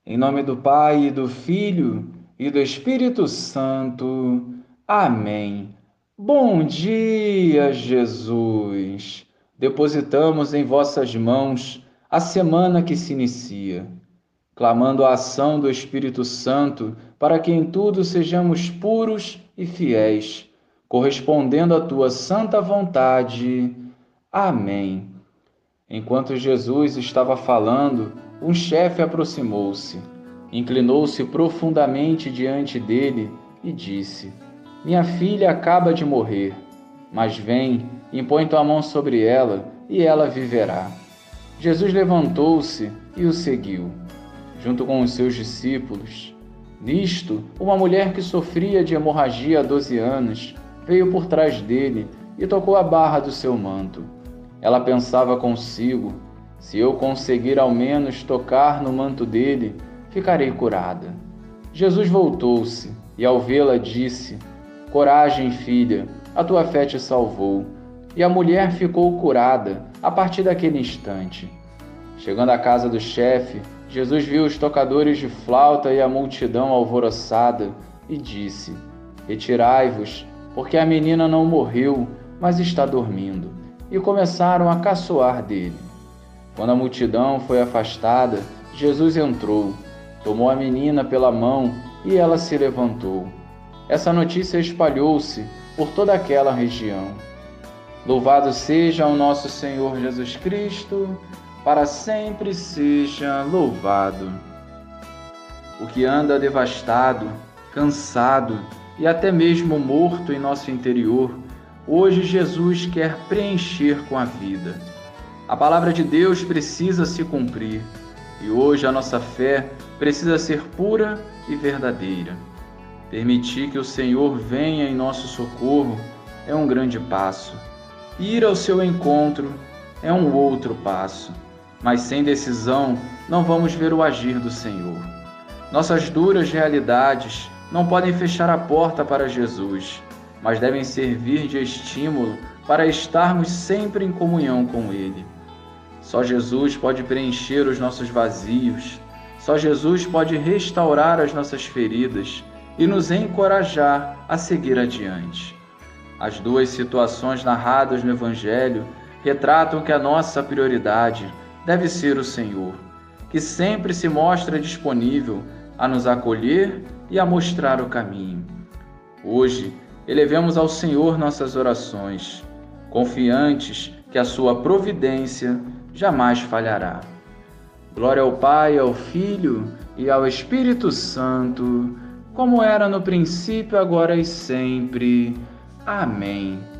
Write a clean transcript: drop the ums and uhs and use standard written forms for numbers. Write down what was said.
Em nome do Pai, e do Filho e do Espírito Santo. Amém. Bom dia, Jesus. Depositamos em vossas mãos a semana que se inicia, clamando a ação do Espírito Santo para que em tudo sejamos puros e fiéis, correspondendo à tua santa vontade. Amém. Enquanto Jesus estava falando, um chefe aproximou-se, inclinou-se profundamente diante dele e disse: Minha filha acaba de morrer, mas vem, impõe tua mão sobre ela e ela viverá. Jesus levantou-se e o seguiu, junto com os seus discípulos. Nisto, uma mulher que sofria de hemorragia há 12 anos veio por trás dele e tocou a barra do seu manto. Ela pensava consigo: se eu conseguir ao menos tocar no manto dele, ficarei curada. Jesus voltou-se e, ao vê-la, disse: Coragem, filha, a tua fé te salvou. E a mulher ficou curada a partir daquele instante. Chegando à casa do chefe, Jesus viu os tocadores de flauta e a multidão alvoroçada e disse: Retirai-vos, porque a menina não morreu, mas está dormindo. E começaram a caçoar dele. Quando a multidão foi afastada, Jesus entrou, tomou a menina pela mão e ela se levantou. Essa notícia espalhou-se por toda aquela região. Louvado seja o nosso Senhor Jesus Cristo, para sempre seja louvado. O que anda devastado, cansado e até mesmo morto em nosso interior, hoje Jesus quer preencher com a vida. A palavra de Deus precisa se cumprir e hoje a nossa fé precisa ser pura e verdadeira. Permitir que o Senhor venha em nosso socorro é um grande passo. Ir ao seu encontro é um outro passo. Mas sem decisão não vamos ver o agir do Senhor. Nossas duras realidades não podem fechar a porta para Jesus, mas devem servir de estímulo para estarmos sempre em comunhão com Ele. Só Jesus pode preencher os nossos vazios, só Jesus pode restaurar as nossas feridas e nos encorajar a seguir adiante. As duas situações narradas no Evangelho retratam que a nossa prioridade deve ser o Senhor, que sempre se mostra disponível a nos acolher e a mostrar o caminho. Hoje, elevemos ao Senhor nossas orações, confiantes que a sua providência jamais falhará. Glória ao Pai, ao Filho e ao Espírito Santo, como era no princípio, agora e sempre. Amém.